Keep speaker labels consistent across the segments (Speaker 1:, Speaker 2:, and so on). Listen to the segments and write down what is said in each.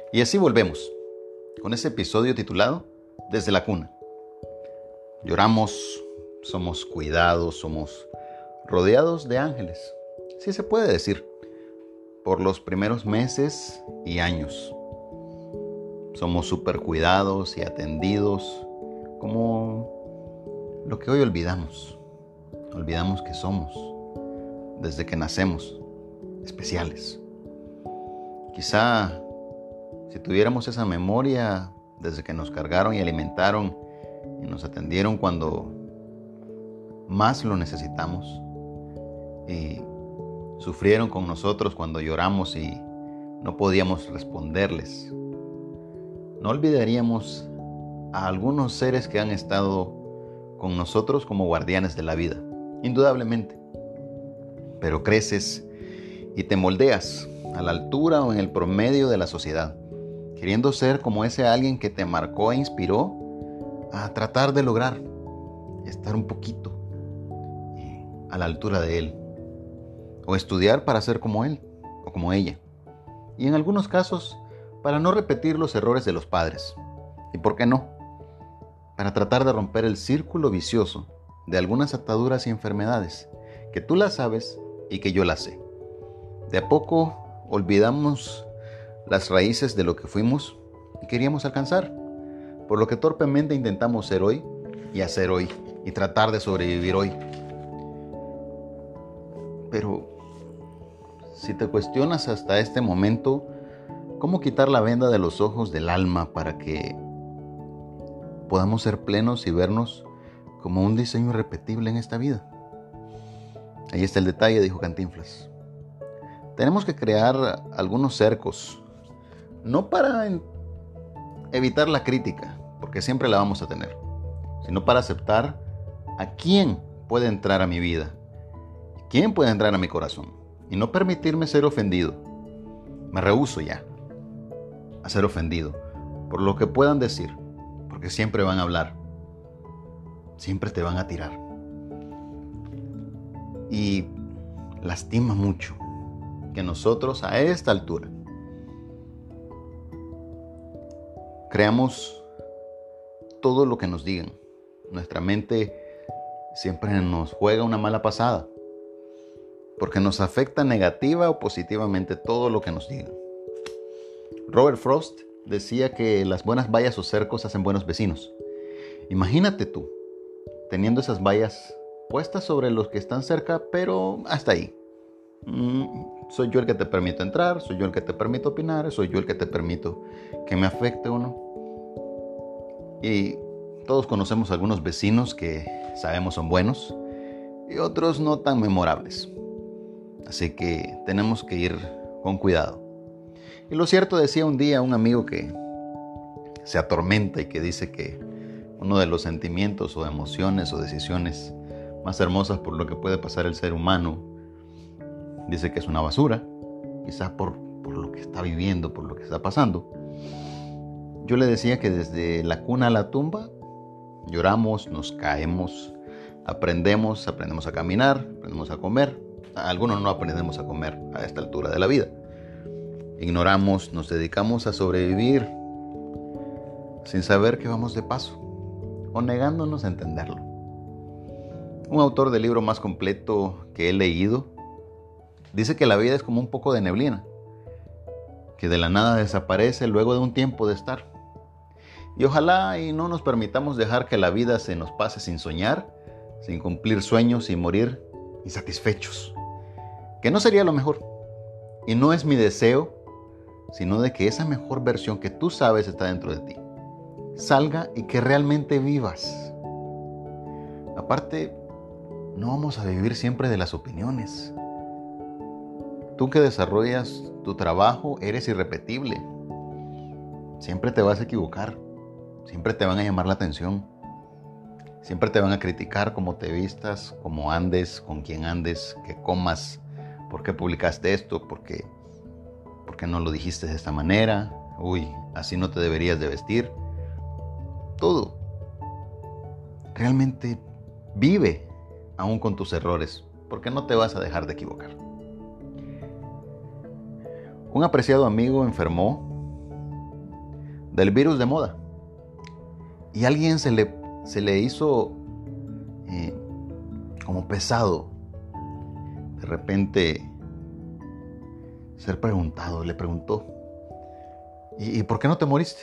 Speaker 1: Y así volvemos, con ese episodio titulado Desde la cuna. Lloramos, somos cuidados, somos rodeados de ángeles, sí se puede decir, por los primeros meses y años. Somos súper cuidados y atendidos, como lo que hoy olvidamos. Olvidamos que somos, desde que nacemos, especiales. Quizá si tuviéramos esa memoria desde que nos cargaron y alimentaron y nos atendieron cuando más lo necesitamos y sufrieron con nosotros cuando lloramos y no podíamos responderles, no olvidaríamos a algunos seres que han estado con nosotros como guardianes de la vida, indudablemente. Pero creces y te moldeas a la altura o en el promedio de la sociedad, queriendo ser como ese alguien que te marcó e inspiró a tratar de lograr estar un poquito a la altura de él, o estudiar para ser como él o como ella, y en algunos casos para no repetir los errores de los padres, y por qué no, para tratar de romper el círculo vicioso de algunas ataduras y enfermedades que tú las sabes y que yo las sé. De a poco olvidamos las raíces de lo que fuimos y queríamos alcanzar, por lo que torpemente intentamos ser hoy y hacer hoy y tratar de sobrevivir hoy. Pero si te cuestionas hasta este momento cómo quitar la venda de los ojos del alma para que podamos ser plenos y vernos como un diseño irrepetible en esta vida, ahí está el detalle, dijo Cantinflas. Tenemos que crear algunos cercos, no para evitar la crítica, porque siempre la vamos a tener, sino para aceptar a quién puede entrar a mi vida, quién puede entrar a mi corazón, y no permitirme ser ofendido. Me rehúso ya a ser ofendido por lo que puedan decir, porque siempre van a hablar, siempre te van a tirar. Y lastima mucho que nosotros a esta altura creamos todo lo que nos digan. Nuestra mente siempre nos juega una mala pasada, porque nos afecta negativa o positivamente todo lo que nos digan. Robert Frost decía que las buenas vallas o cercos hacen buenos vecinos. Imagínate tú, teniendo esas vallas puestas sobre los que están cerca, pero hasta ahí. Soy yo el que te permito entrar, soy yo el que te permito opinar, soy yo el que te permito que me afecte o no. Y todos conocemos algunos vecinos que sabemos son buenos y otros no tan memorables. Así que tenemos que ir con cuidado. Y lo cierto, decía un día un amigo que se atormenta y que dice que uno de los sentimientos o emociones o decisiones más hermosas por lo que puede pasar el ser humano, dice que es una basura, quizás por lo que está viviendo, por lo que está pasando. Yo le decía que desde la cuna a la tumba lloramos, nos caemos, aprendemos a caminar, aprendemos a comer. Algunos no aprendemos a comer a esta altura de la vida. Ignoramos, nos dedicamos a sobrevivir sin saber que vamos de paso o negándonos a entenderlo. Un autor del libro más completo que he leído dice que la vida es como un poco de neblina, que de la nada desaparece luego de un tiempo de estar. Y ojalá y no nos permitamos dejar que la vida se nos pase sin soñar, sin cumplir sueños y morir insatisfechos, que no sería lo mejor. Y no es mi deseo, sino de que esa mejor versión que tú sabes está dentro de ti salga y que realmente vivas. Aparte, no vamos a vivir siempre de las opiniones. Tú que desarrollas tu trabajo eres irrepetible. Siempre te vas a equivocar. Siempre te van a llamar la atención. Siempre te van a criticar cómo te vistas, cómo andes, con quién andes, qué comas, por qué publicaste esto, por qué no lo dijiste de esta manera. Uy, así no te deberías de vestir. Todo. Realmente vive aún con tus errores, porque no te vas a dejar de equivocar. Un apreciado amigo enfermó del virus de moda. Y a alguien se le hizo como pesado de repente ser preguntado. Le preguntó, ¿y por qué no te moriste?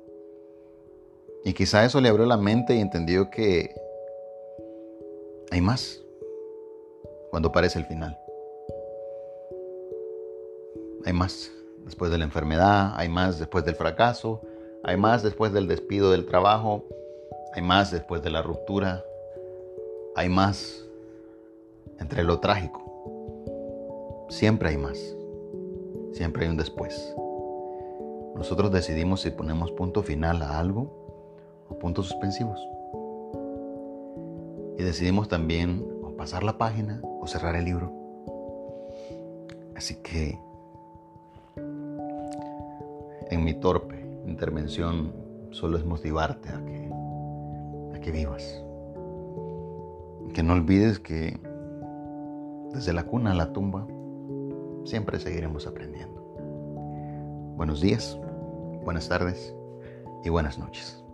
Speaker 1: Y quizá eso le abrió la mente y entendió que hay más cuando parece el final. Hay más después de la enfermedad, hay más después del fracaso, hay más después del despido del trabajo, hay más después de la ruptura, hay más entre lo trágico. Siempre hay más, siempre hay un después. Nosotros decidimos si ponemos punto final a algo o puntos suspensivos. Y decidimos también o pasar la página o cerrar el libro. Así que en mi torpe intervención solo es motivarte a que vivas. Que no olvides que desde la cuna a la tumba siempre seguiremos aprendiendo. Buenos días, buenas tardes y buenas noches.